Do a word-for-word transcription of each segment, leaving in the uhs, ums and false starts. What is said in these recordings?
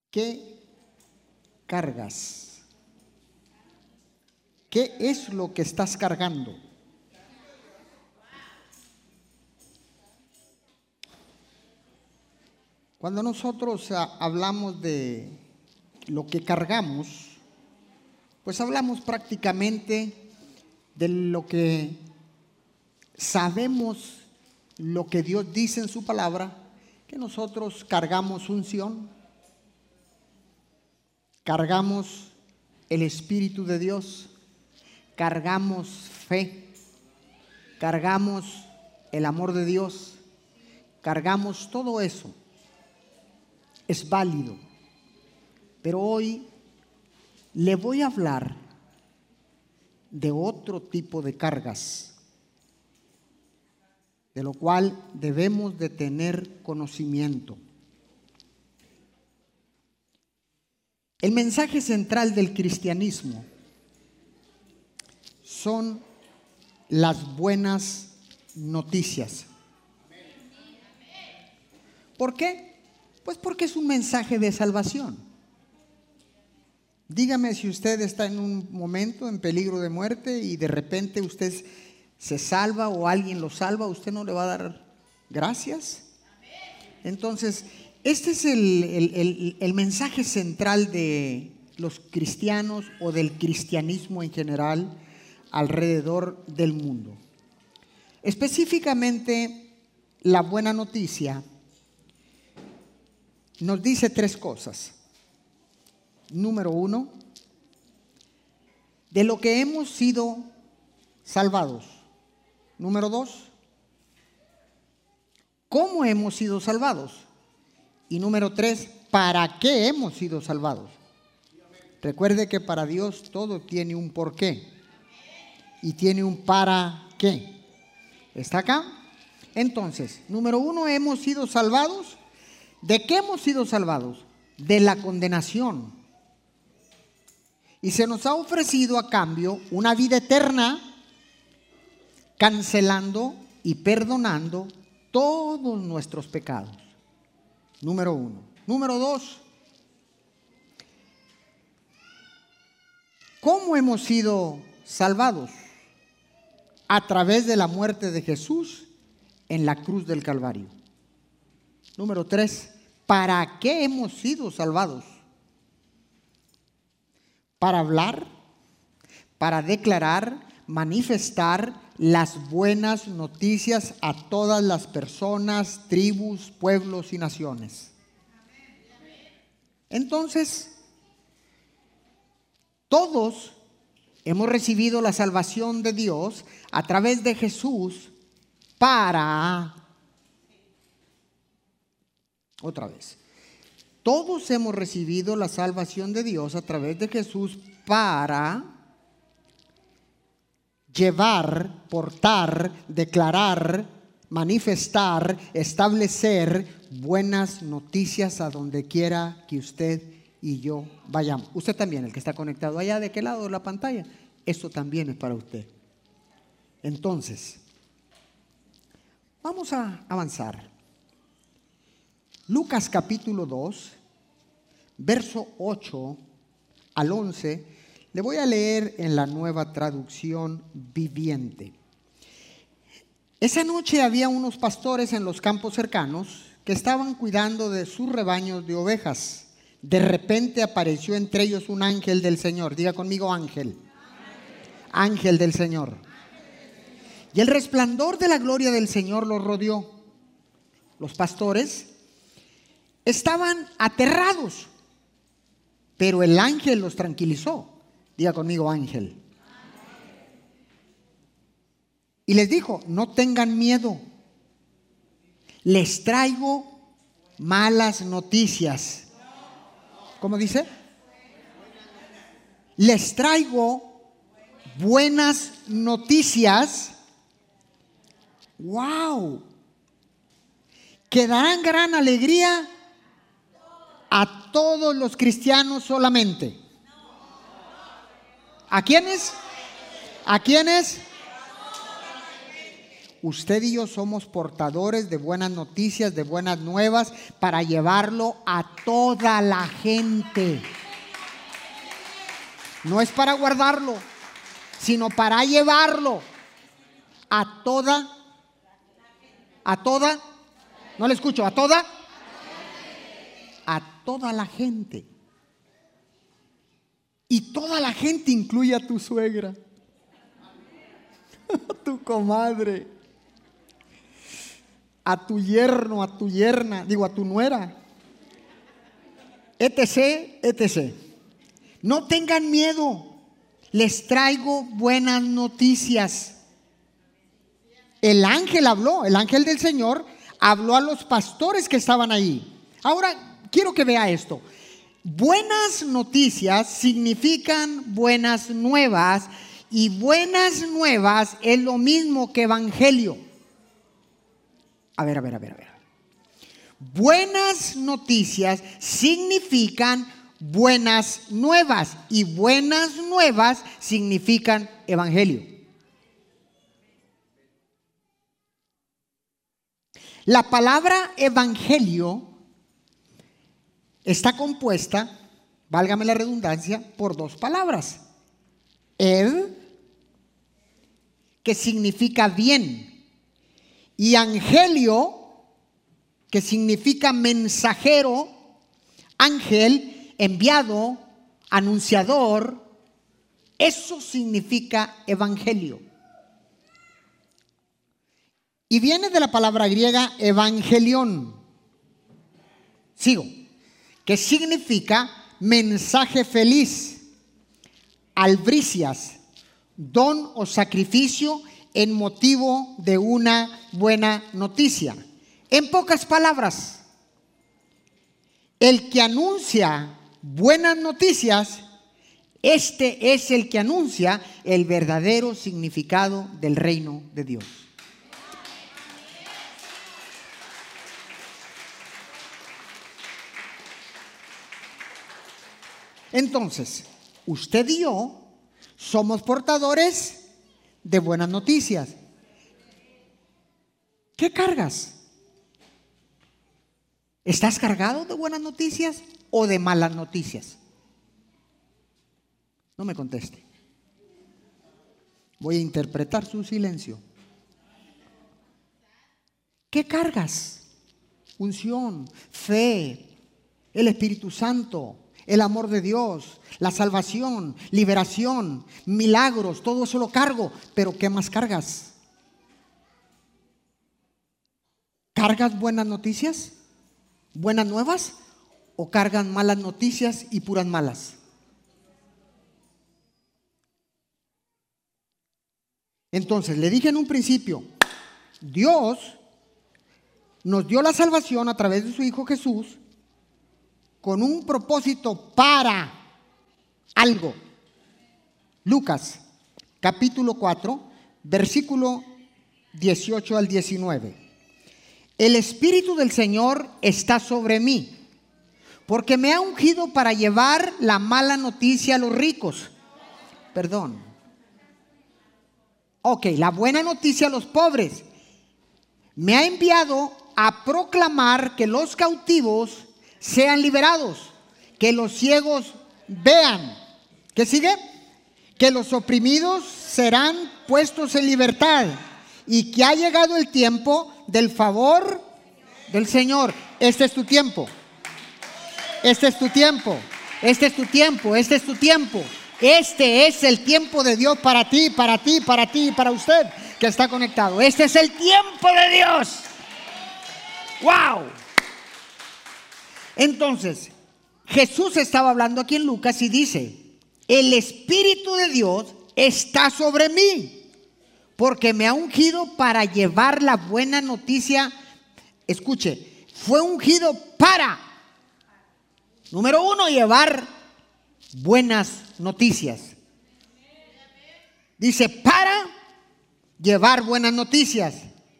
¿Qué cargas? ¿Qué es lo que estás cargando? Cuando nosotros ah, hablamos de lo que cargamos, pues hablamos prácticamente de lo que sabemos, lo que Dios dice en su palabra, que nosotros cargamos unción, cargamos el Espíritu de Dios, cargamos fe, cargamos el amor de Dios, cargamos todo eso. Es válido. Pero hoy le voy a hablar de otro tipo de cargas, de lo cual debemos de tener conocimiento. El mensaje central del cristianismo son las buenas noticias. ¿Por qué? Pues porque es un mensaje de salvación. Dígame si usted está en un momento en peligro de muerte y de repente usted se salva o alguien lo salva, ¿usted no le va a dar gracias? Entonces, este es el, el, el, el mensaje central de los cristianos o del cristianismo en general alrededor del mundo. Específicamente, la buena noticia nos dice tres cosas. Número uno, de lo que hemos sido salvados. Número dos, cómo hemos sido salvados. Y número tres, ¿para qué hemos sido salvados? Recuerde que para Dios todo tiene un porqué y tiene un para qué. ¿Está acá? Entonces, número uno, hemos sido salvados. ¿De qué hemos sido salvados? De la condenación. Y se nos ha ofrecido a cambio una vida eterna, cancelando y perdonando todos nuestros pecados. Número uno. Número dos, ¿cómo hemos sido salvados? A través de la muerte de Jesús en la cruz del Calvario. Número tres, ¿para qué hemos sido salvados? Para hablar, para declarar, manifestar las buenas noticias a todas las personas, tribus, pueblos y naciones. Entonces, todos hemos recibido la salvación de Dios a través de Jesús para... Otra vez. Todos hemos recibido la salvación de Dios a través de Jesús para llevar, portar, declarar, manifestar, establecer buenas noticias a donde quiera que usted y yo vayamos. Usted también, el que está conectado allá, ¿de qué lado de la pantalla? Eso también es para usted. Entonces, vamos a avanzar. Lucas capítulo dos, verso ocho al once, le voy a leer en la Nueva Traducción Viviente. Esa noche había unos pastores en los campos cercanos que estaban cuidando de sus rebaños de ovejas. De repente apareció entre ellos un ángel del Señor. Diga conmigo, ángel. Ángel, ángel del Señor. Y el resplandor de la gloria del Señor los rodeó. Los pastores estaban aterrados, pero el ángel los tranquilizó. Diga conmigo, ángel. Y les dijo, no tengan miedo. Les traigo malas noticias. ¿Cómo dice? Les traigo buenas noticias. ¡Wow! Que darán gran alegría a todos los cristianos solamente. ¿A quiénes? ¿A quiénes? usted y yo somos portadores de buenas noticias, de buenas nuevas, para llevarlo a toda la gente. No es para guardarlo, sino para llevarlo a toda, a toda, no le escucho, a toda, a toda la gente. Y toda la gente incluye a tu suegra, a tu comadre, a tu yerno, a tu yerna, digo a tu nuera, etc, etcétera. No tengan miedo, les traigo buenas noticias. El ángel habló, el ángel del Señor habló a los pastores que estaban ahí. Ahora quiero que vea esto. Buenas noticias significan buenas nuevas, y buenas nuevas es lo mismo que evangelio. A ver, a ver, a ver, a ver. Buenas noticias significan buenas nuevas, y buenas nuevas significan evangelio. La palabra evangelio está compuesta, válgame la redundancia, por dos palabras. Ev, que significa bien, y angelio, que significa mensajero, ángel, enviado, anunciador. Eso significa evangelio. Y viene de la palabra griega evangelión. Sigo. Que significa mensaje feliz, albricias, don o sacrificio en motivo de una buena noticia. En pocas palabras, el que anuncia buenas noticias, este es el que anuncia el verdadero significado del reino de Dios. Entonces, usted y yo somos portadores de buenas noticias. ¿Qué cargas? ¿Estás cargado de buenas noticias o de malas noticias? No me conteste. Voy a interpretar su silencio. ¿Qué cargas? Unción, fe, el Espíritu Santo, el amor de Dios, la salvación, liberación, milagros, todo eso lo cargo. Pero ¿qué más cargas? ¿Cargas buenas noticias? ¿Buenas nuevas? ¿O cargan malas noticias y puras malas? Entonces, le dije en un principio, Dios nos dio la salvación a través de su Hijo Jesús con un propósito para algo. Lucas capítulo cuatro, versículo dieciocho al diecinueve. El Espíritu del Señor está sobre mí, porque me ha ungido para llevar la mala noticia a los ricos. Perdón. Ok, la buena noticia a los pobres. Me ha enviado a proclamar que los cautivos sean liberados, que los ciegos vean. ¿Qué sigue? Que los oprimidos serán puestos en libertad, y que ha llegado el tiempo del favor del Señor. Este es tu tiempo. Este es tu tiempo. Este es tu tiempo. Este es tu tiempo. Este es el tiempo de Dios para ti, para ti, para ti y para usted que está conectado. Este es el tiempo de Dios. ¡Wow! Entonces, Jesús estaba hablando aquí en Lucas y dice: el Espíritu de Dios está sobre mí, porque me ha ungido para llevar la buena noticia. Escuche, fue ungido para, número uno, llevar buenas noticias. Dice, para llevar buenas noticias,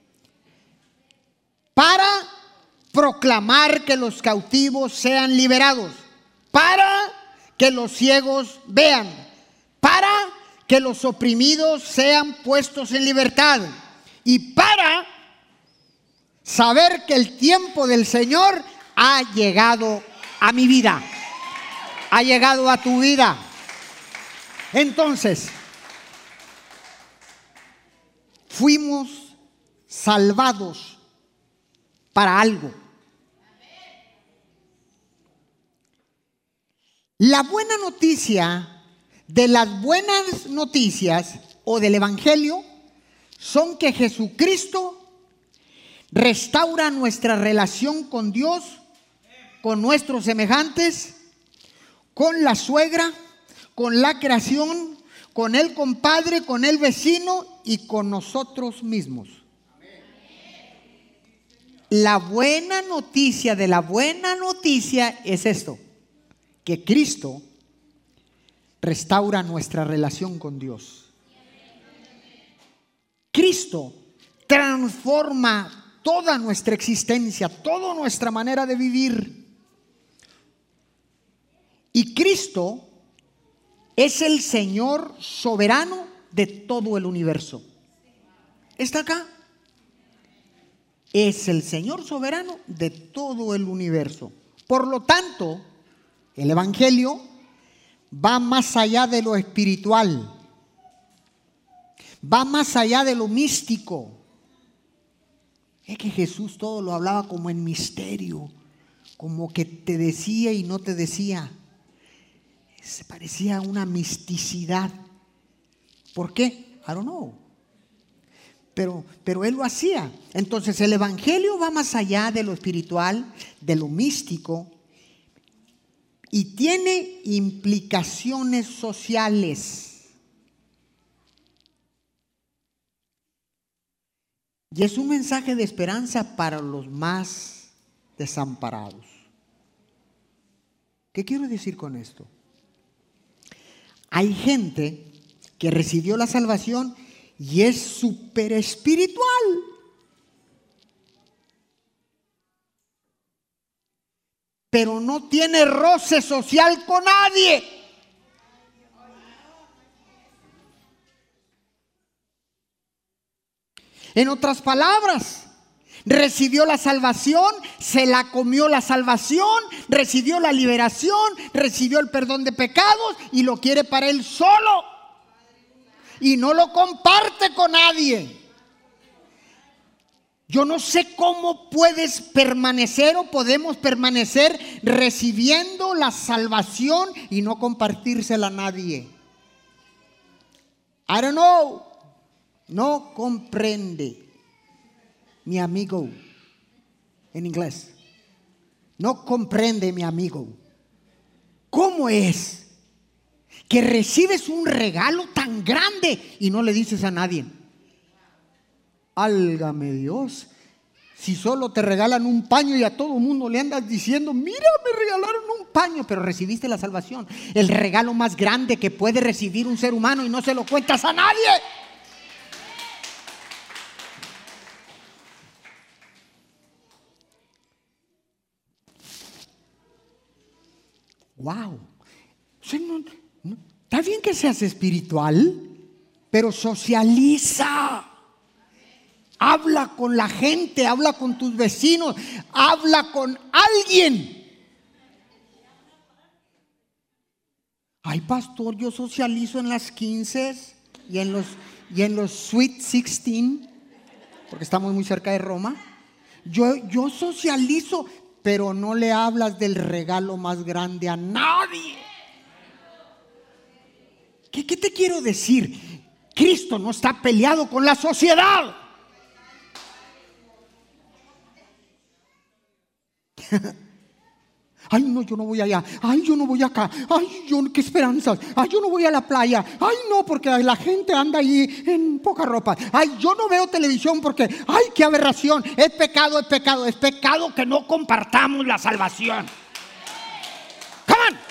para proclamar que los cautivos sean liberados, para que los ciegos vean, para que los oprimidos sean puestos en libertad, y para saber que el tiempo del Señor ha llegado a mi vida, ha llegado a tu vida. Entonces, fuimos salvados para algo. La buena noticia de las buenas noticias o del Evangelio son que Jesucristo restaura nuestra relación con Dios, con nuestros semejantes, con la suegra, con la creación, con el compadre, con el vecino y con nosotros mismos. La buena noticia de la buena noticia es esto: que Cristo restaura nuestra relación con Dios. Cristo transforma toda nuestra existencia, toda nuestra manera de vivir. Y Cristo es el Señor soberano de todo el universo. ¿Está acá? Es el Señor soberano de todo el universo. Por lo tanto, el Evangelio va más allá de lo espiritual, va más allá de lo místico. Es que Jesús todo lo hablaba como en misterio, como que te decía y no te decía. Se parecía a una misticidad. ¿Por qué? I don't know. Pero, pero Él lo hacía. Entonces el Evangelio va más allá de lo espiritual, de lo místico, y tiene implicaciones sociales. Y es un mensaje de esperanza para los más desamparados. ¿Qué quiero decir con esto? Hay gente que recibió la salvación y es súper espiritual. Pero no tiene roce social con nadie. En otras palabras, recibió la salvación, se la comió la salvación, recibió la liberación, recibió el perdón de pecados y lo quiere para él solo. Y no lo comparte con nadie. Yo no sé cómo puedes permanecer o podemos permanecer recibiendo la salvación y no compartírsela a nadie. I don't know. No comprende, mi amigo, en inglés. No comprende, mi amigo. ¿Cómo es que recibes un regalo tan grande y no le dices a nadie? Álgame Dios, si solo te regalan un paño y a todo el mundo le andas diciendo, mira, me regalaron un paño, pero recibiste la salvación, el regalo más grande que puede recibir un ser humano, y no se lo cuentas a nadie. Wow. O sea, no, no, está bien que seas espiritual, pero socializa. Habla con la gente, habla con tus vecinos, habla con alguien. Ay, pastor, yo socializo en las quince y en los, y en los Sweet dieciséis, porque estamos muy cerca de Roma. Yo, yo socializo, pero no le hablas del regalo más grande a nadie. ¿Qué, qué te quiero decir? Cristo no está peleado con la sociedad. Ay, no, yo no voy allá. Ay, yo no voy acá. Ay, yo, qué esperanzas. Ay, yo no voy a la playa. Ay, no, porque la gente anda ahí en poca ropa. Ay, yo no veo televisión porque, ay, qué aberración. Es pecado, es pecado. Es pecado que no compartamos la salvación. Come on.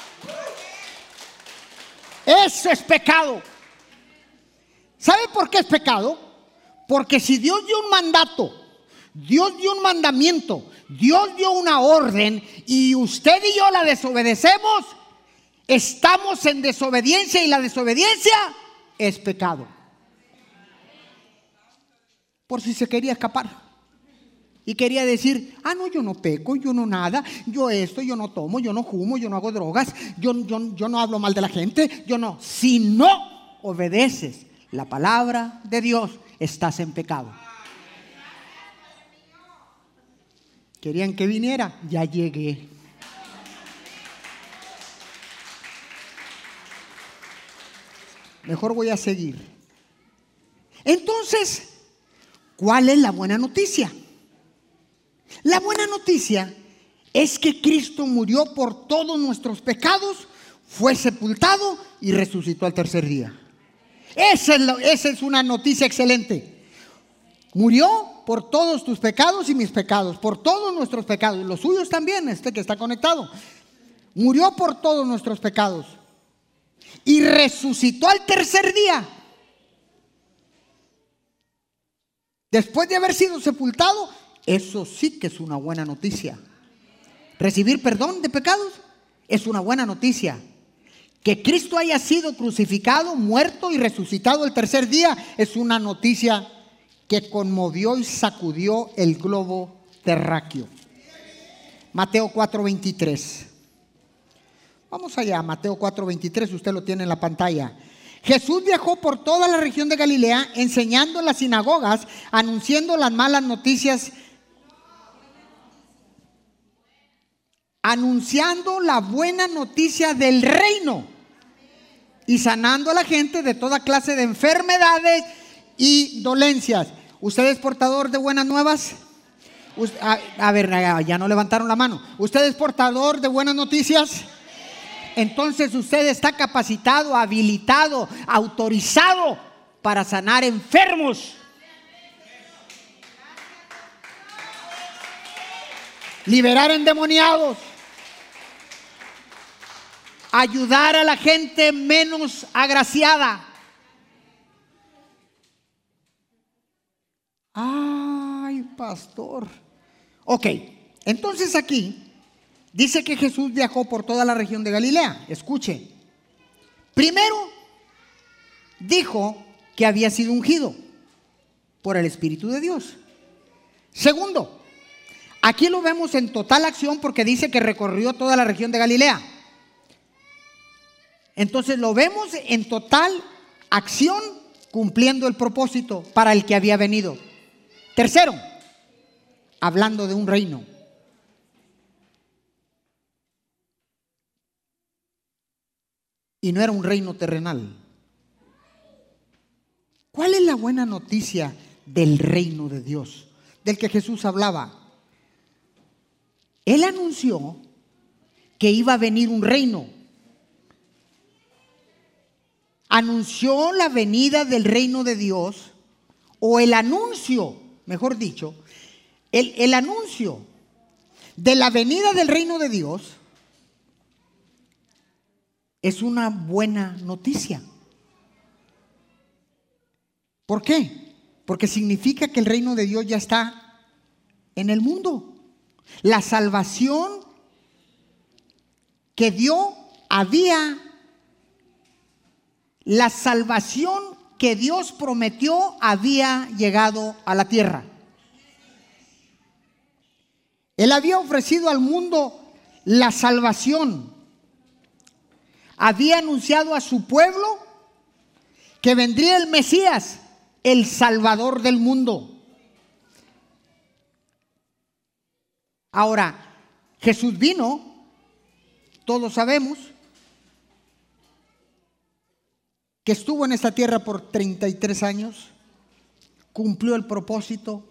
Eso es pecado. ¿Sabe por qué es pecado? Porque si Dios dio un mandato, Dios dio un mandamiento, Dios dio una orden y usted y yo la desobedecemos, estamos en desobediencia, y la desobediencia es pecado. por si se quería escapar. Y quería decir, ah, no, yo no peco, yo no nada, yo esto, yo no tomo, yo no fumo, yo no hago drogas, yo, yo, yo no hablo mal de la gente, yo no. Si no obedeces la palabra de Dios, estás en pecado. Querían que viniera, ya llegué. Mejor voy a seguir. Entonces, ¿cuál es la buena noticia? La buena noticia es que Cristo murió por todos nuestros pecados, fue sepultado y resucitó al tercer día. Esa es, lo, esa es una noticia excelente. Murió por todos tus pecados y mis pecados, por todos nuestros pecados, los suyos también, este que está conectado. Murió por todos nuestros pecados y resucitó al tercer día. Después de haber sido sepultado, eso sí que es una buena noticia. Recibir perdón de pecados es una buena noticia. Que Cristo haya sido crucificado, muerto y resucitado el tercer día es una noticia que conmovió y sacudió el globo terráqueo. Mateo cuatro veintitrés. Vamos allá, Mateo cuatro veintitrés, usted lo tiene en la pantalla. Jesús viajó por toda la región de Galilea, enseñando en las sinagogas, anunciando las malas noticias, anunciando la buena noticia del reino y sanando a la gente de toda clase de enfermedades y dolencias. ¿Usted es portador de buenas nuevas? A, a ver, ya no levantaron la mano. ¿Usted es portador de buenas noticias? Entonces usted está capacitado, habilitado, autorizado para sanar enfermos, liberar endemoniados, ayudar a la gente menos agraciada. Ay, pastor. Ok, entonces aquí dice que Jesús viajó por toda la región de Galilea. Escuche. Primero, dijo que había sido ungido por el Espíritu de Dios. Segundo, aquí lo vemos en total acción porque dice que recorrió toda la región de Galilea. Entonces lo vemos en total acción cumpliendo el propósito para el que había venido. Tercero, hablando de un reino. Y no era un reino terrenal. ¿Cuál es la buena noticia del reino de Dios, del que Jesús hablaba? Él anunció que iba a venir un reino. Anunció la venida del reino de Dios, o el anuncio, mejor dicho, el, el anuncio de la venida del reino de Dios es una buena noticia. ¿Por qué? Porque significa que el reino de Dios ya está en el mundo. La salvación que dio había, la salvación que Dios prometió había llegado a la tierra. Él había ofrecido al mundo la salvación. Había anunciado a su pueblo que vendría el Mesías, el Salvador del mundo. Ahora, Jesús vino, todos sabemos, que estuvo en esta tierra por treinta y tres años, cumplió el propósito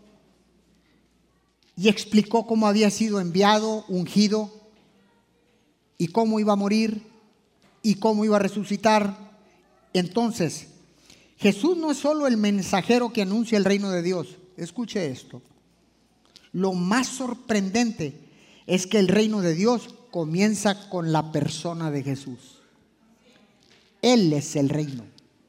y explicó cómo había sido enviado, ungido, y cómo iba a morir y cómo iba a resucitar. Entonces, Jesús no es solo el mensajero que anuncia el reino de Dios. Escuche esto. Lo más sorprendente es que el reino de Dios comienza con la persona de Jesús. Él es el reino.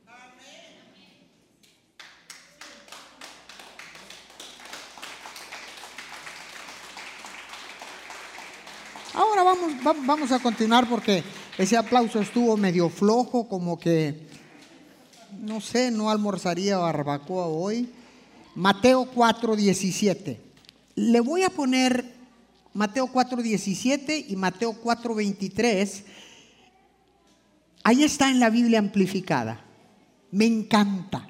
Ahora vamos, vamos a continuar porque ese aplauso estuvo medio flojo, como que, no sé, no almorzaría barbacoa hoy. Mateo cuatro diecisiete. Le voy a poner Mateo cuatro diecisiete y Mateo cuatro veintitrés. Ahí está en la Biblia amplificada. Me encanta.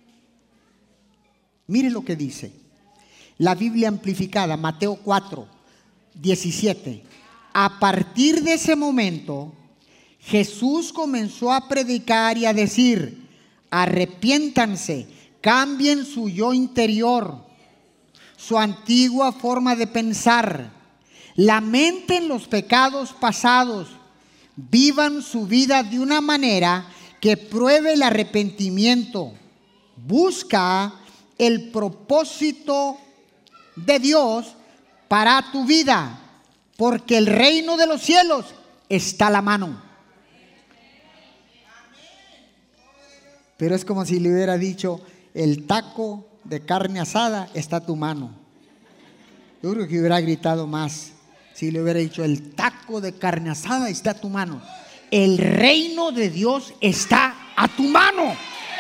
Mire lo que dice la Biblia amplificada, Mateo cuatro diecisiete. A partir de ese momento, Jesús comenzó a predicar y a decir: arrepiéntanse, cambien su yo interior, su antigua forma de pensar, lamenten los pecados pasados, vivan su vida de una manera que pruebe el arrepentimiento. Busca el propósito de Dios para tu vida, porque el reino de los cielos está a la mano. Pero es como si le hubiera dicho: el taco de carne asada está a tu mano. Yo creo que hubiera gritado más si le hubiera dicho: el taco de carne asada está a tu mano. El reino de Dios está a tu mano.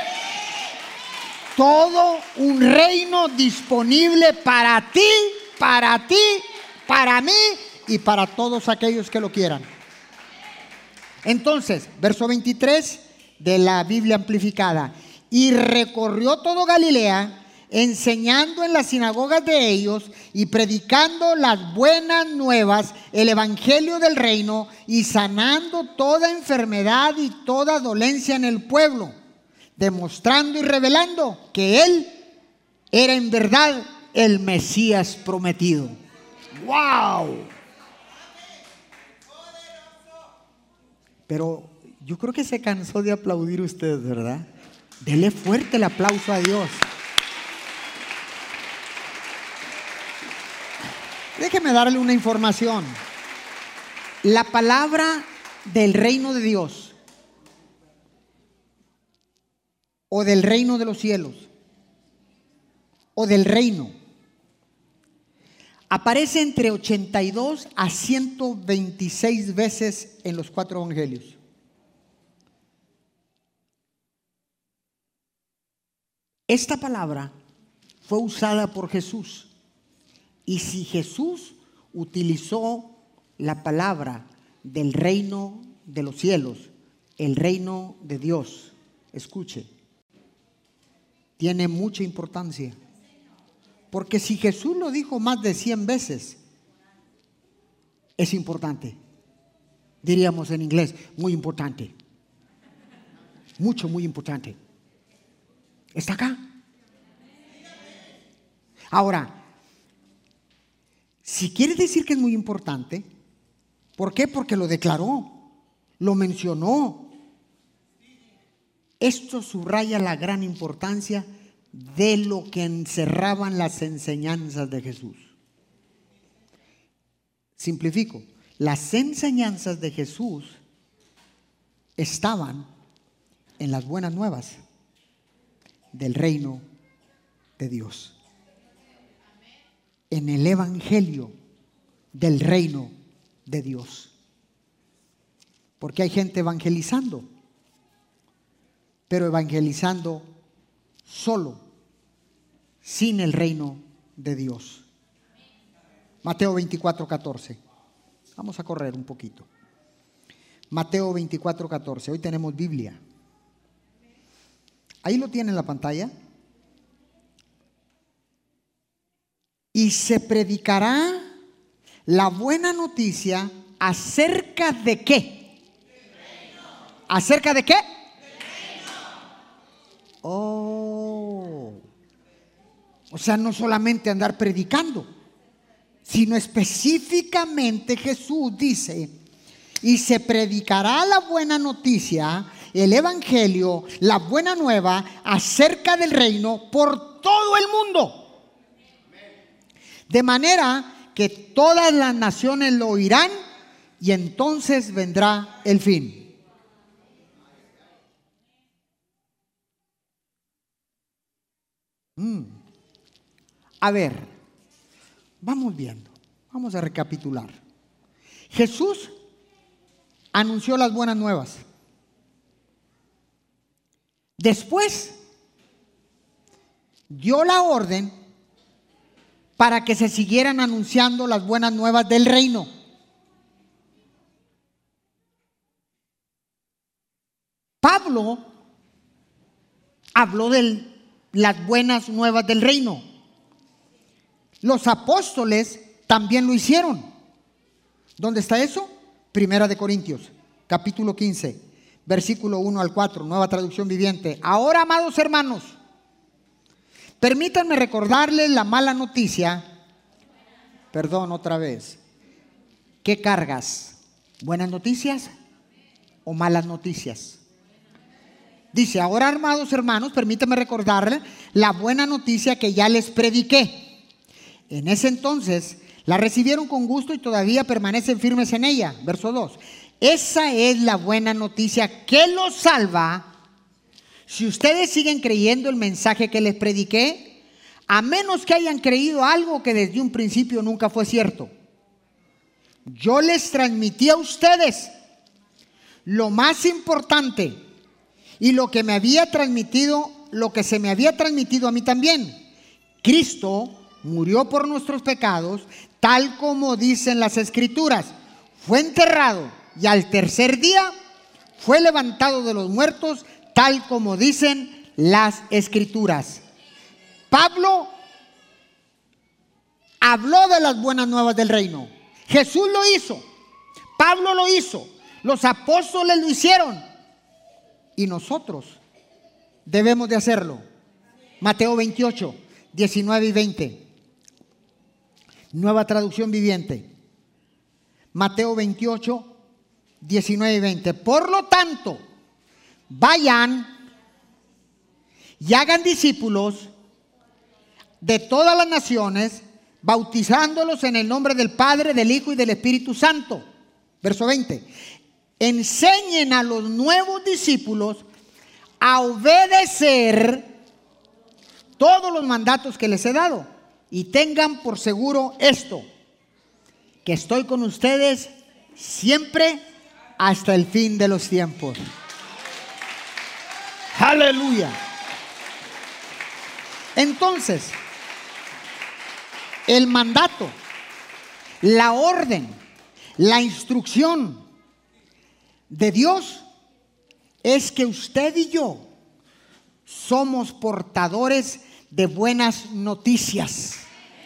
Todo un reino disponible para ti, para ti, para mí y para todos aquellos que lo quieran. Entonces, verso veintitrés de la Biblia amplificada: y recorrió todo Galilea, enseñando en las sinagogas de ellos y predicando las buenas nuevas, el evangelio del reino, y sanando toda enfermedad y toda dolencia en el pueblo, demostrando y revelando que él era en verdad el Mesías prometido. ¡Wow! Pero yo creo que se cansó de aplaudir usted, ¿verdad? Dele fuerte el aplauso a Dios. Déjeme darle una información. La palabra del reino de Dios o del reino de los cielos o del reino aparece entre ochenta y dos a ciento veintiséis veces en los cuatro evangelios. Esta palabra fue usada por Jesús. Y si Jesús utilizó la palabra del reino de los cielos, el reino de Dios, escuche, tiene mucha importancia. Porque si Jesús lo dijo más de cien veces, es importante. Diríamos en inglés, muy importante. Mucho, muy importante. ¿Está acá? Ahora, si quiere decir que es muy importante, ¿por qué? Porque lo declaró, lo mencionó. Esto subraya la gran importancia de lo que encerraban las enseñanzas de Jesús. Simplifico, las enseñanzas de Jesús estaban en las buenas nuevas del reino de Dios, en el evangelio del reino de Dios. Porque hay gente evangelizando, pero evangelizando solo, sin el reino de Dios. Mateo veinticuatro catorce. Vamos a correr un poquito. Mateo veinticuatro catorce. Hoy tenemos Biblia. Ahí lo tiene en la pantalla. Y se predicará la buena noticia acerca de qué. ¿Acerca de qué? Oh. O sea, no solamente andar predicando, sino específicamente Jesús dice: y se predicará la buena noticia, el evangelio, la buena nueva acerca del reino por todo el mundo. De manera que todas las naciones lo oirán y entonces vendrá el fin. Mm. A ver, vamos viendo, vamos a recapitular. Jesús anunció las buenas nuevas. Después dio la orden para que se siguieran anunciando las buenas nuevas del reino. Pablo habló de las buenas nuevas del reino. Los apóstoles también lo hicieron. ¿Dónde está eso? Primera de Corintios, capítulo quince, versículo uno al cuatro, Nueva Traducción Viviente. Ahora, amados hermanos, permítanme recordarles la mala noticia. Perdón, otra vez. ¿Qué cargas? ¿Buenas noticias o malas noticias? Dice, ahora, amados hermanos, permítanme recordarles la buena noticia que ya les prediqué. En ese entonces la recibieron con gusto y todavía permanecen firmes en ella. Verso dos. Esa es la buena noticia que los salva. Si ustedes siguen creyendo el mensaje que les prediqué, a menos que hayan creído algo que desde un principio nunca fue cierto. Yo les transmití a ustedes lo más importante y lo que me había transmitido, lo que se me había transmitido a mí también. Cristo murió por nuestros pecados, tal como dicen las Escrituras. Fue enterrado y al tercer día fue levantado de los muertos, tal como dicen las Escrituras. Pablo habló de las buenas nuevas del reino. Jesús lo hizo, Pablo lo hizo, los apóstoles lo hicieron y nosotros debemos de hacerlo. Mateo veintiocho, diecinueve y veinte. Nueva Traducción Viviente. Mateo veintiocho, diecinueve y veinte. Por lo tanto, vayan y hagan discípulos de todas las naciones, bautizándolos en el nombre del Padre, del Hijo y del Espíritu Santo. Verso veinte. Enseñen a los nuevos discípulos a obedecer todos los mandatos que les he dado. Y tengan por seguro esto, que estoy con ustedes siempre hasta el fin de los tiempos. Aleluya. Entonces, el mandato, la orden, la instrucción de Dios es que usted y yo somos portadores de buenas noticias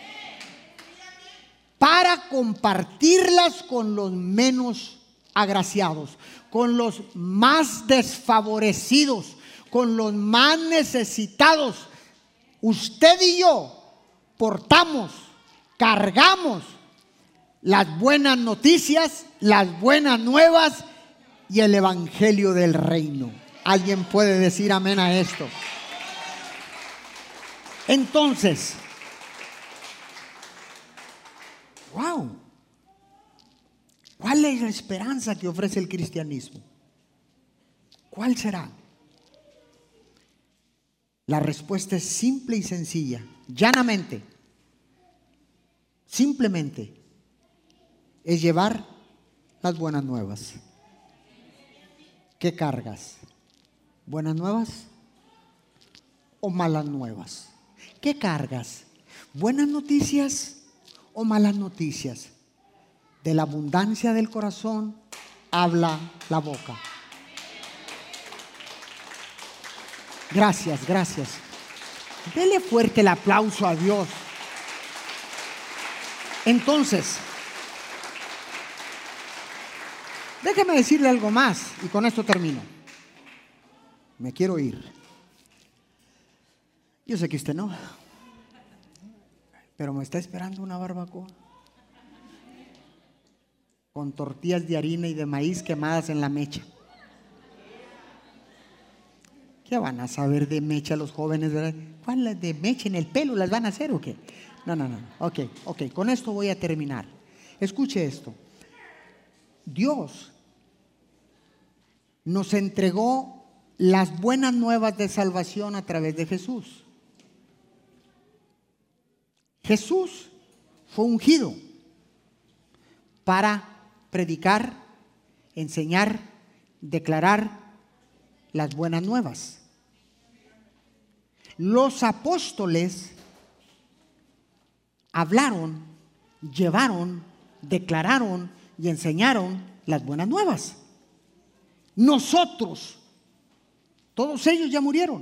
para compartirlas con los menos agraciados, con los más desfavorecidos, con los más necesitados. Usted y yo portamos, cargamos las buenas noticias, las buenas nuevas y el evangelio del reino. ¿Alguien puede decir amén a esto? Entonces, wow, ¿cuál es la esperanza que ofrece el cristianismo? ¿Cuál será? La respuesta es simple y sencilla, llanamente, simplemente es llevar las buenas nuevas. ¿Qué cargas? ¿Buenas nuevas o malas nuevas? ¿Qué cargas? ¿Buenas noticias o malas noticias? De la abundancia del corazón habla la boca. Gracias, gracias. Dele fuerte el aplauso a Dios. Entonces, déjeme decirle algo más y con esto termino. Me quiero ir. Yo sé que usted no, pero me está esperando una barbacoa con tortillas de harina y de maíz quemadas en la mecha. ¿Qué van a saber de mecha los jóvenes, verdad? ¿Cuál de mecha en el pelo las van a hacer o qué? No, no, no. Ok, ok, con esto voy a terminar. Escuche esto. Dios nos entregó las buenas nuevas de salvación a través de Jesús. Jesús fue ungido para predicar, enseñar, declarar las buenas nuevas. los apóstoles hablaron, llevaron, declararon y enseñaron las buenas nuevas. Nosotros, todos ellos ya murieron.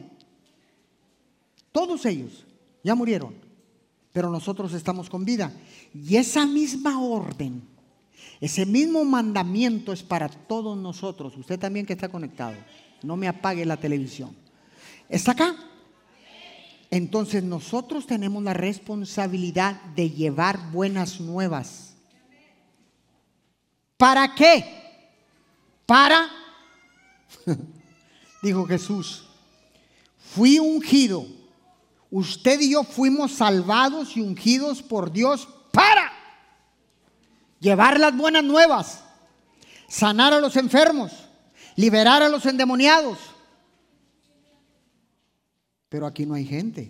Todos ellos ya murieron. Pero nosotros estamos con vida. Y esa misma orden, ese mismo mandamiento es para todos nosotros. Usted también que está conectado, no me apague la televisión. ¿Está acá? Entonces nosotros tenemos la responsabilidad de llevar buenas nuevas. ¿Para qué? Para, dijo Jesús, fui ungido. Usted y yo fuimos salvados y ungidos por Dios para llevar las buenas nuevas, sanar a los enfermos, liberar a los endemoniados. Pero aquí no hay gente.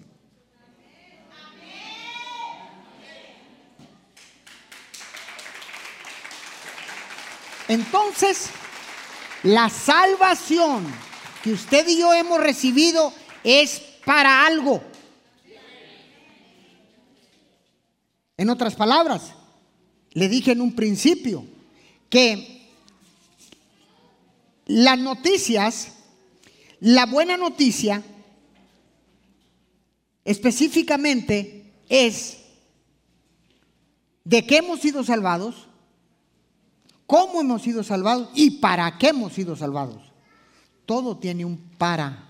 Entonces, la salvación que usted y yo hemos recibido es para algo. En otras palabras, le dije en un principio que las noticias, la buena noticia específicamente es de qué hemos sido salvados, cómo hemos sido salvados y para qué hemos sido salvados. Todo tiene un para.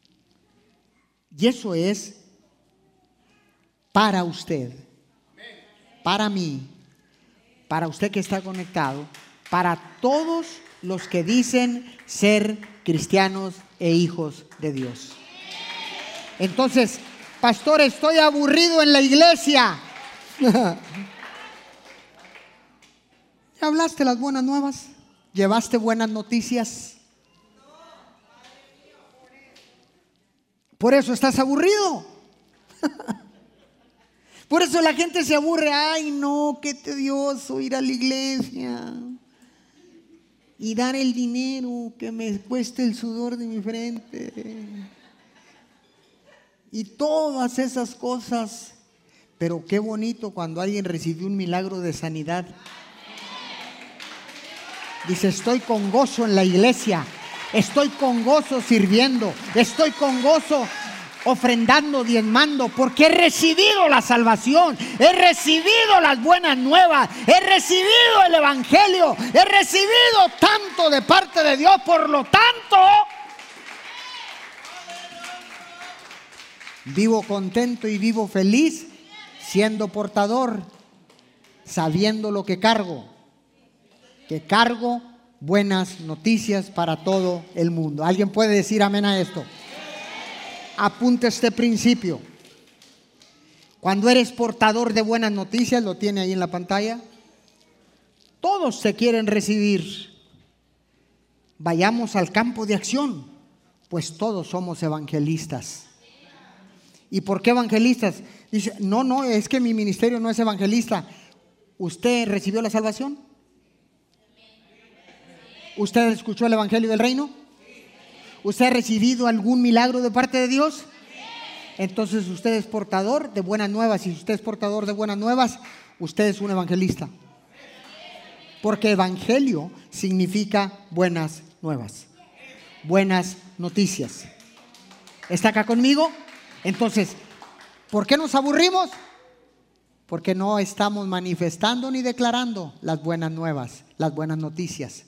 Y eso es para usted, para mí, para usted que está conectado, para todos los que dicen ser cristianos e hijos de Dios. Entonces, pastor, estoy aburrido en la iglesia. ¿Ya hablaste las buenas nuevas? ¿Llevaste buenas noticias? Por eso estás aburrido. Por eso la gente se aburre. Ay, no, qué tedioso ir a la iglesia y dar el dinero que me cueste el sudor de mi frente y todas esas cosas. Pero qué bonito cuando alguien recibió un milagro de sanidad. Dice, estoy con gozo en la iglesia, estoy con gozo sirviendo, estoy con gozo ofrendando, diezmando, porque he recibido la salvación, he recibido las buenas nuevas, he recibido el evangelio, he recibido tanto de parte de Dios. Por lo tanto, vivo contento y vivo feliz siendo portador, sabiendo lo que cargo, que cargo buenas noticias para todo el mundo. ¿Alguien puede decir amén a esto? Apunte este principio. Cuando eres portador de buenas noticias, lo tiene ahí en la pantalla, todos se quieren recibir. Vayamos al campo de acción, pues todos somos evangelistas. ¿Y por qué evangelistas? Dice, no, no, es que mi ministerio no es evangelista. ¿Usted recibió la salvación? ¿Usted escuchó el evangelio del reino? ¿Usted ha recibido algún milagro de parte de Dios? Entonces usted es portador de buenas nuevas. Y si usted es portador de buenas nuevas, usted es un evangelista. Porque evangelio significa buenas nuevas, buenas noticias. ¿Está acá conmigo? Entonces, ¿por qué nos aburrimos? Porque no estamos manifestando ni declarando las buenas nuevas, las buenas noticias.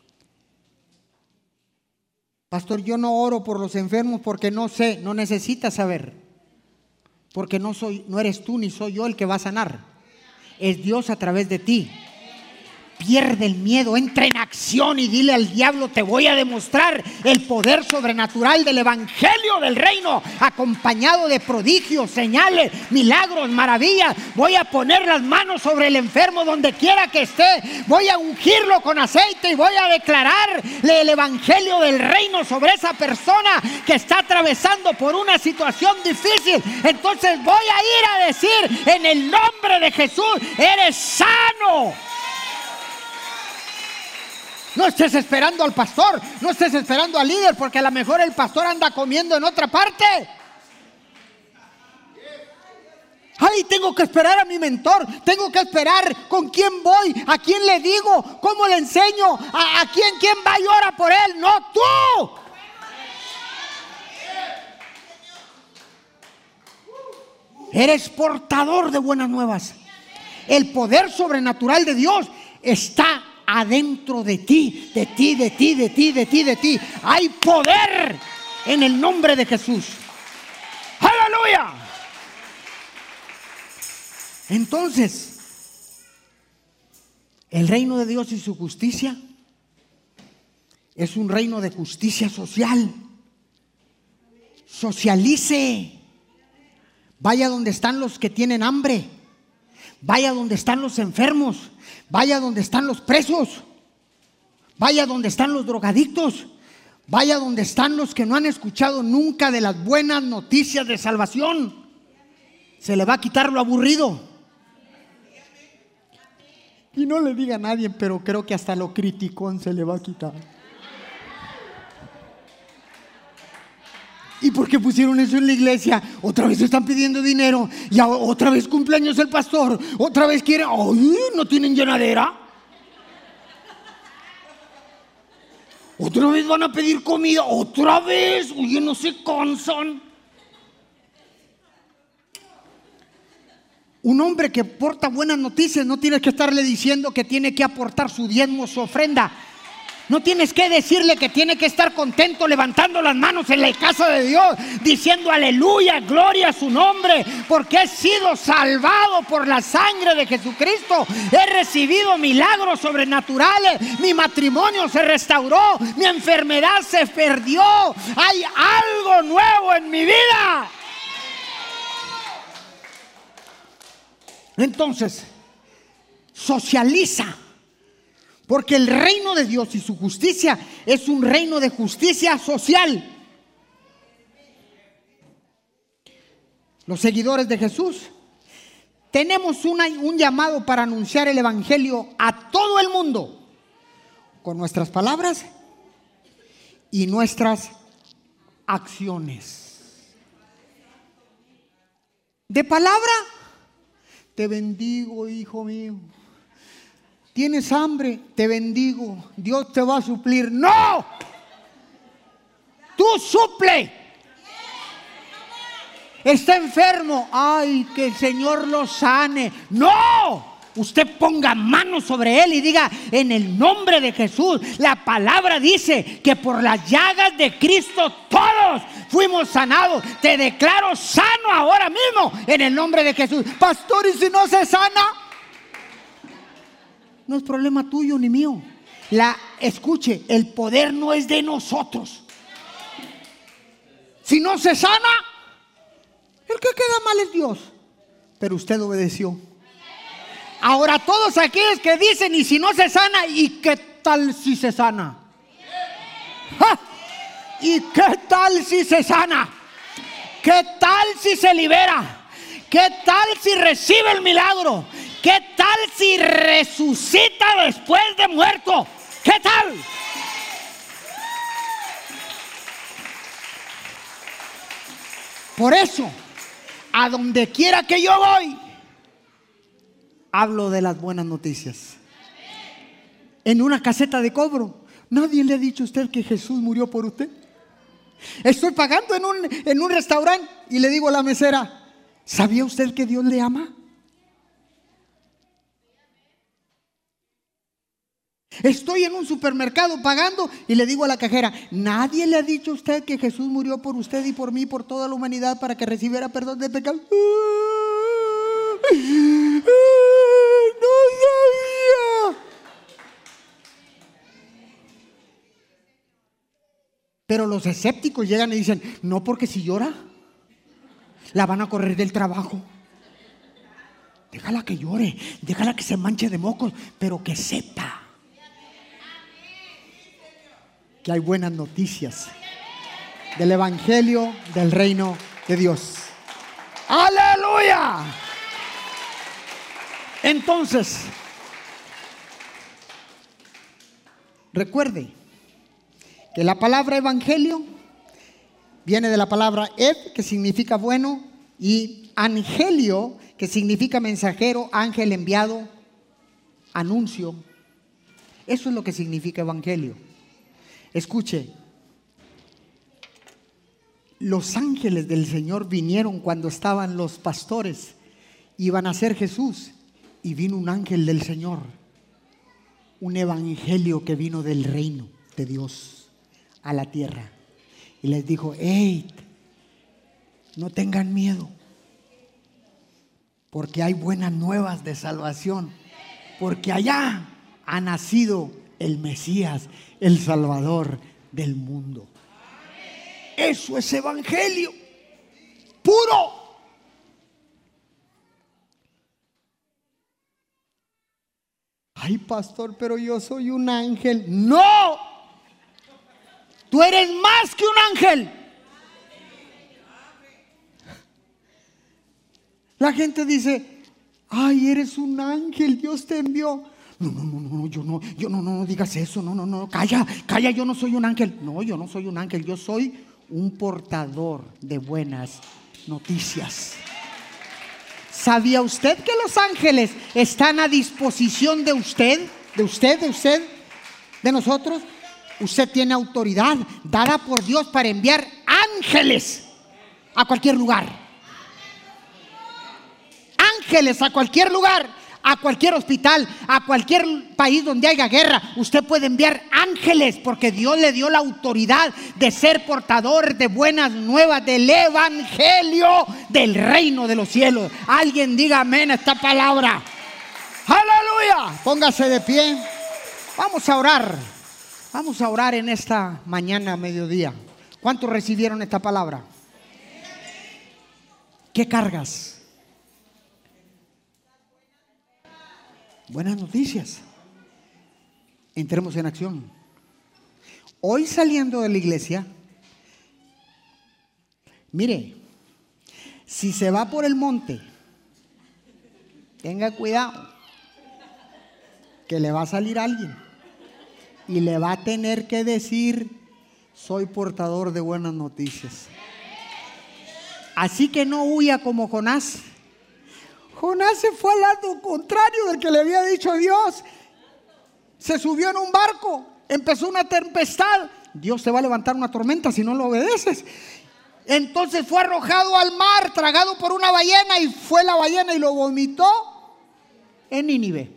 Pastor, yo no oro por los enfermos porque no sé. No necesitas saber, porque no soy, no eres tú ni soy yo el que va a sanar. Es Dios a través de ti. Pierde el miedo, entra en acción y dile al diablo, te voy a demostrar el poder sobrenatural del evangelio del reino, acompañado de prodigios, señales, milagros, maravillas. Voy a poner las manos sobre el enfermo donde quiera que esté, voy a ungirlo con aceite y voy a declararle el evangelio del reino sobre esa persona que está atravesando por una situación difícil. Entonces voy a ir a decir, en el nombre de Jesús, eres sano. No estés esperando al pastor, no estés esperando al líder, porque a lo mejor el pastor anda comiendo en otra parte. Ay, tengo que esperar a mi mentor, tengo que esperar con quién voy, a quién le digo, cómo le enseño, a, a quién, quién va y ora por él. No, tú. Eres portador de buenas nuevas. El poder sobrenatural de Dios está adentro de ti, de ti, de ti, de ti, de ti, de ti. Hay poder en el nombre de Jesús. ¡Aleluya! Entonces, el reino de Dios y su justicia es un reino de justicia social. Socialice. Vaya donde están los que tienen hambre. Vaya donde están los enfermos. Vaya donde están los presos. Vaya donde están los drogadictos. Vaya donde están los que no han escuchado nunca de las buenas noticias de salvación. Se le va a quitar lo aburrido. Y no le diga a nadie, pero creo que hasta lo criticón se le va a quitar. ¿Y por qué pusieron eso en la iglesia? Otra vez están pidiendo dinero. Y otra vez cumpleaños el pastor. Otra vez quieren. ¡Ay! ¿No tienen llenadera? Otra vez van a pedir comida. Otra vez. Oye, no se cansan. Un hombre que porta buenas noticias no tienes que estarle diciendo que tiene que aportar su diezmo, su ofrenda. No tienes que decirle que tiene que estar contento levantando las manos en la casa de Dios, diciendo aleluya, gloria a su nombre, porque he sido salvado por la sangre de Jesucristo. He recibido milagros sobrenaturales, mi matrimonio se restauró, mi enfermedad se perdió. Hay algo nuevo en mi vida. Entonces, socializa. Porque el reino de Dios y su justicia es un reino de justicia social. Los seguidores de Jesús tenemos una, un llamado para anunciar el evangelio a todo el mundo con nuestras palabras y nuestras acciones. De palabra, te bendigo, hijo mío. ¿Tienes hambre? Te bendigo. Dios te va a suplir. ¡No! Tú suple. Está enfermo. Ay, que el Señor lo sane. ¡No! Usted ponga mano sobre él y diga: en el nombre de Jesús. La palabra dice que por las llagas de Cristo todos fuimos sanados. Te declaro sano ahora mismo en el nombre de Jesús. Pastor, ¿y si no se sana? No es problema tuyo ni mío. La, escuche, el poder no es de nosotros. Si no se sana, el que queda mal es Dios. Pero usted obedeció. Ahora todos aquellos que dicen: y si no se sana, ¿y qué tal si se sana? ¡Ja! ¿Y qué tal si se sana? ¿Qué tal si se libera? ¿Qué tal si recibe el milagro? ¿Qué tal si resucita después de muerto? ¿Qué tal? Por eso, a donde quiera que yo voy, hablo de las buenas noticias. En una caseta de cobro, nadie le ha dicho a usted que Jesús murió por usted. Estoy pagando en un, en un restaurante y le digo a la mesera: ¿sabía usted que Dios le ama? Estoy en un supermercado pagando y le digo a la cajera: ¿nadie le ha dicho a usted que Jesús murió por usted y por mí, por toda la humanidad, para que recibiera perdón de pecado? No sabía. Pero los escépticos llegan y dicen: no, porque si llora la van a correr del trabajo. Déjala que llore, déjala que se manche de mocos, pero que sepa que hay buenas noticias del evangelio del reino de Dios. ¡Aleluya! Entonces, recuerde que la palabra evangelio viene de la palabra ev, que significa bueno, Y angelio, que significa mensajero, ángel enviado, anuncio. Eso es lo que significa evangelio. Escuche, los ángeles del Señor vinieron cuando estaban los pastores, iban a ser Jesús, y vino un ángel del Señor, un evangelio que vino del reino de Dios a la tierra, y les dijo: hey, no tengan miedo, porque hay buenas nuevas de salvación, porque allá ha nacido el Mesías, el Salvador del mundo. Eso es evangelio puro. Ay, pastor, pero yo soy un ángel. No, tú eres más que un ángel. La gente dice: ay, eres un ángel, Dios te envió. No, no, no, no, yo no, yo no, no, no digas eso, no, no, no, calla, calla, yo no soy un ángel. No, yo no soy un ángel, yo soy un portador de buenas noticias. ¿Sabía usted que los ángeles están a disposición de usted? De usted, de usted, de nosotros. Usted tiene autoridad dada por Dios para enviar ángeles a cualquier lugar. Ángeles a cualquier lugar. A cualquier hospital, a cualquier país donde haya guerra, usted puede enviar ángeles, porque Dios le dio la autoridad de ser portador de buenas nuevas del evangelio del reino de los cielos. Alguien diga amén a esta palabra. Aleluya. Póngase de pie. Vamos a orar. Vamos a orar en esta mañana, mediodía. ¿Cuántos recibieron esta palabra? ¿Qué cargas? Buenas noticias. Entremos en acción. Hoy, saliendo de la iglesia, mire, si se va por el monte, tenga cuidado, que le va a salir alguien y le va a tener que decir: soy portador de buenas noticias. Así que no huya como Jonás. Jonás se fue al lado contrario del que le había dicho Dios. Se subió en un barco, empezó una tempestad. Dios te va a levantar una tormenta si no lo obedeces. Entonces fue arrojado al mar, tragado por una ballena, y fue la ballena y lo vomitó en Nínive.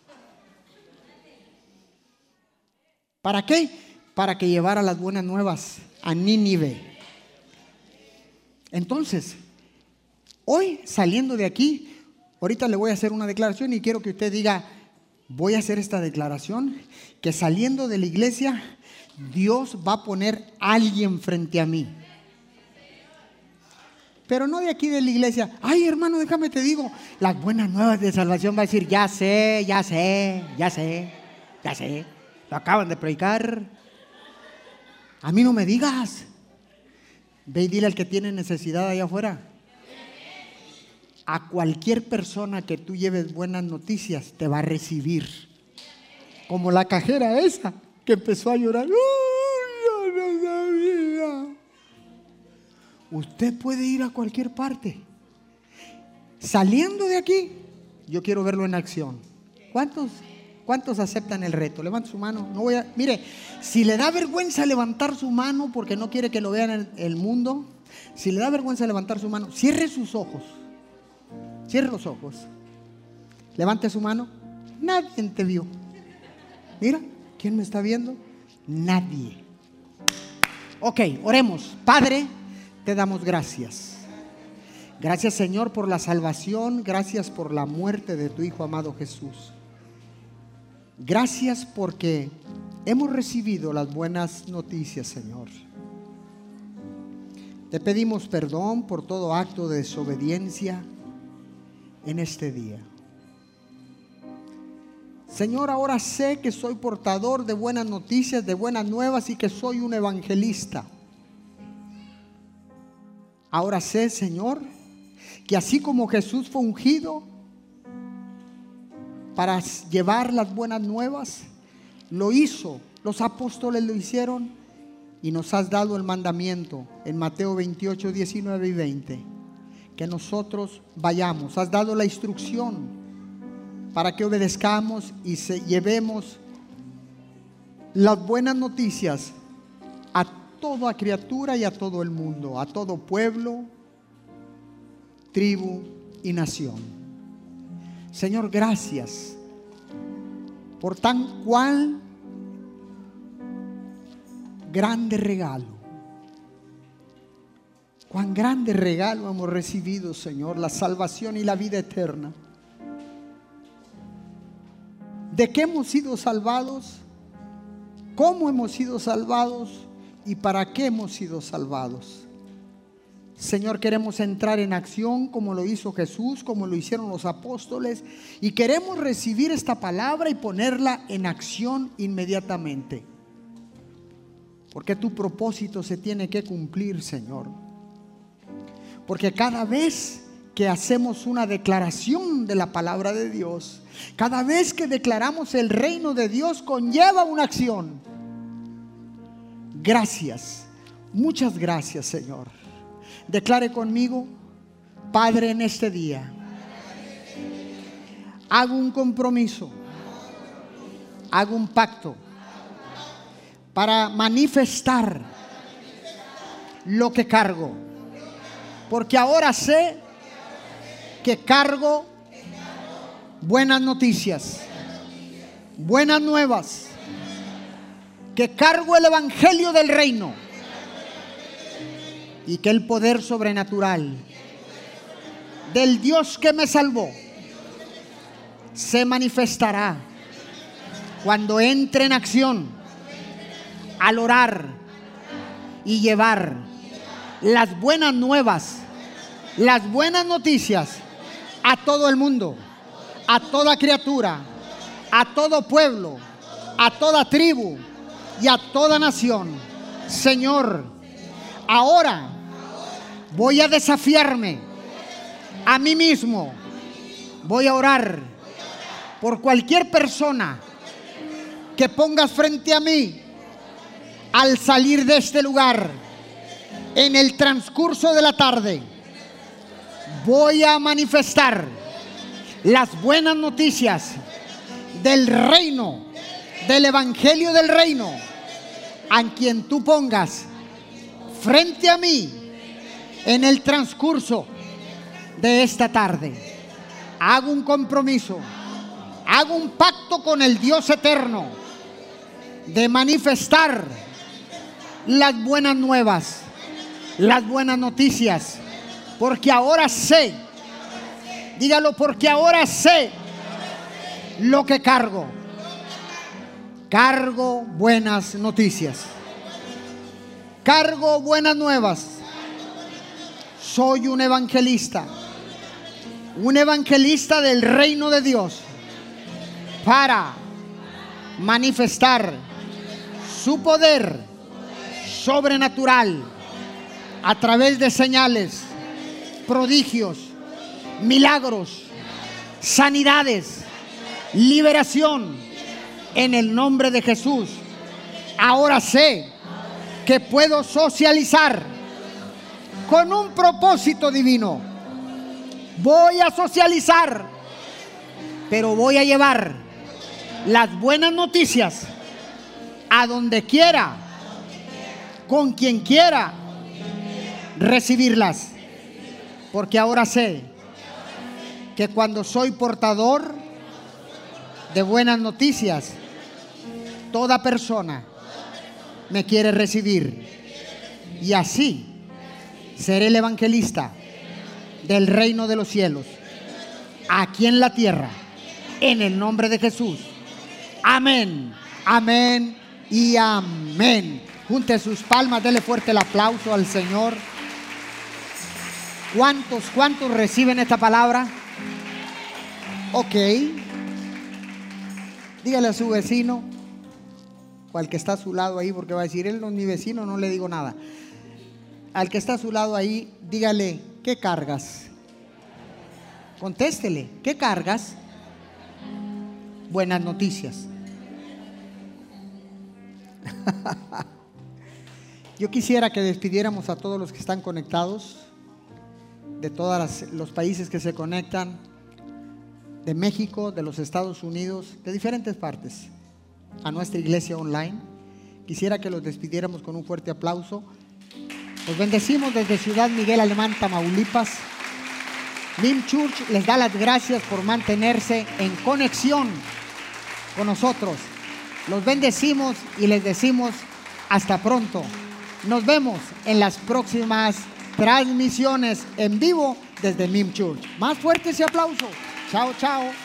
¿Para qué? Para que llevara las buenas nuevas a Nínive. Entonces, hoy, saliendo de aquí, ahorita le voy a hacer una declaración y quiero que usted diga: voy a hacer esta declaración, que saliendo de la iglesia, Dios va a poner a alguien frente a mí. Pero no de aquí de la iglesia. Ay, hermano, déjame te digo, las buenas nuevas de salvación va a decir: ya sé, ya sé, ya sé, ya sé. Lo acaban de predicar. A mí no me digas. Ve y dile al que tiene necesidad allá afuera. A cualquier persona que tú lleves buenas noticias te va a recibir. Como la cajera esa que empezó a llorar. ¡Uy, yo no sabía! Usted puede ir a cualquier parte. Saliendo de aquí, yo quiero verlo en acción. ¿Cuántos, cuántos aceptan el reto? Levanta su mano. No voy a, mire, si le da vergüenza levantar su mano porque no quiere que lo vean en el mundo, si le da vergüenza levantar su mano, cierre sus ojos. Cierre los ojos. Levante su mano. Nadie te vio. Mira, ¿quién me está viendo? Nadie. Ok, oremos. Padre, te damos gracias. Gracias, Señor, por la salvación. Gracias por la muerte de tu Hijo amado Jesús. Gracias porque hemos recibido las buenas noticias, Señor. Te pedimos perdón por todo acto de desobediencia en este día. Señor, ahora sé que soy portador de buenas noticias, de buenas nuevas, y que soy un evangelista. Ahora sé, Señor, que así como Jesús fue ungido para llevar las buenas nuevas, lo hizo, los apóstoles lo hicieron, y nos has dado el mandamiento en Mateo veintiocho, diecinueve y veinte, que nosotros vayamos. Has dado la instrucción para que obedezcamos y se, llevemos las buenas noticias a toda criatura y a todo el mundo, a todo pueblo, tribu y nación. Señor, gracias por tan cual grande regalo. Cuán grande regalo hemos recibido, Señor, la salvación y la vida eterna. ¿De qué hemos sido salvados? ¿Cómo hemos sido salvados? ¿Y para qué hemos sido salvados? Señor, queremos entrar en acción como lo hizo Jesús, como lo hicieron los apóstoles, y queremos recibir esta palabra y ponerla en acción inmediatamente, porque tu propósito se tiene que cumplir, Señor. Porque cada vez que hacemos una declaración de la palabra de Dios, cada vez que declaramos el reino de Dios, conlleva una acción. Gracias, muchas gracias, Señor. Declare conmigo: Padre, en este día hago un compromiso, hago un pacto para manifestar lo que cargo, porque ahora sé que cargo buenas noticias, buenas nuevas, que cargo el evangelio del reino, y que el poder sobrenatural del Dios que me salvó se manifestará cuando entre en acción al orar y llevar las buenas nuevas, las buenas noticias a todo el mundo, a toda criatura, a todo pueblo, a toda tribu y a toda nación. Señor, ahora voy a desafiarme a mí mismo. Voy a orar por cualquier persona que pongas frente a mí al salir de este lugar en el transcurso de la tarde. Voy a manifestar las buenas noticias del reino, del evangelio del reino, a quien tú pongas frente a mí en el transcurso de esta tarde. Hago un compromiso, hago un pacto con el Dios eterno de manifestar las buenas nuevas, las buenas noticias, porque ahora sé, dígalo, porque ahora sé lo que cargo. Cargo buenas noticias, cargo buenas nuevas. Soy un evangelista, un evangelista del reino de Dios, para manifestar su poder sobrenatural a través de señales, prodigios, milagros, sanidades, liberación, en el nombre de Jesús. Ahora sé que puedo socializar con un propósito divino. Voy a socializar, pero voy a llevar las buenas noticias a donde quiera, con quien quiera recibirlas, porque ahora sé que cuando soy portador de buenas noticias, toda persona me quiere recibir, y así seré el evangelista del reino de los cielos aquí en la tierra, en el nombre de Jesús. Amén, amén y amén. Junte sus palmas, dele fuerte el aplauso al Señor. ¿Cuántos, cuántos reciben esta palabra? Ok. Dígale a su vecino, o al que está a su lado ahí, porque va a decir, él no es mi vecino, no le digo nada. Al que está a su lado ahí, dígale, ¿qué cargas? Contéstele, ¿qué cargas? Buenas noticias. Yo quisiera que despidiéramos a todos los que están conectados de todos los países que se conectan, de México, de los Estados Unidos, de diferentes partes, a nuestra iglesia online. Quisiera que los despidiéramos con un fuerte aplauso. Los bendecimos desde Ciudad Miguel Alemán, Tamaulipas. M I M Church les da las gracias por mantenerse en conexión con nosotros. Los bendecimos y les decimos hasta pronto. Nos vemos en las próximas transmisiones en vivo desde M I M Church. Más fuerte ese aplauso. Chao, chao.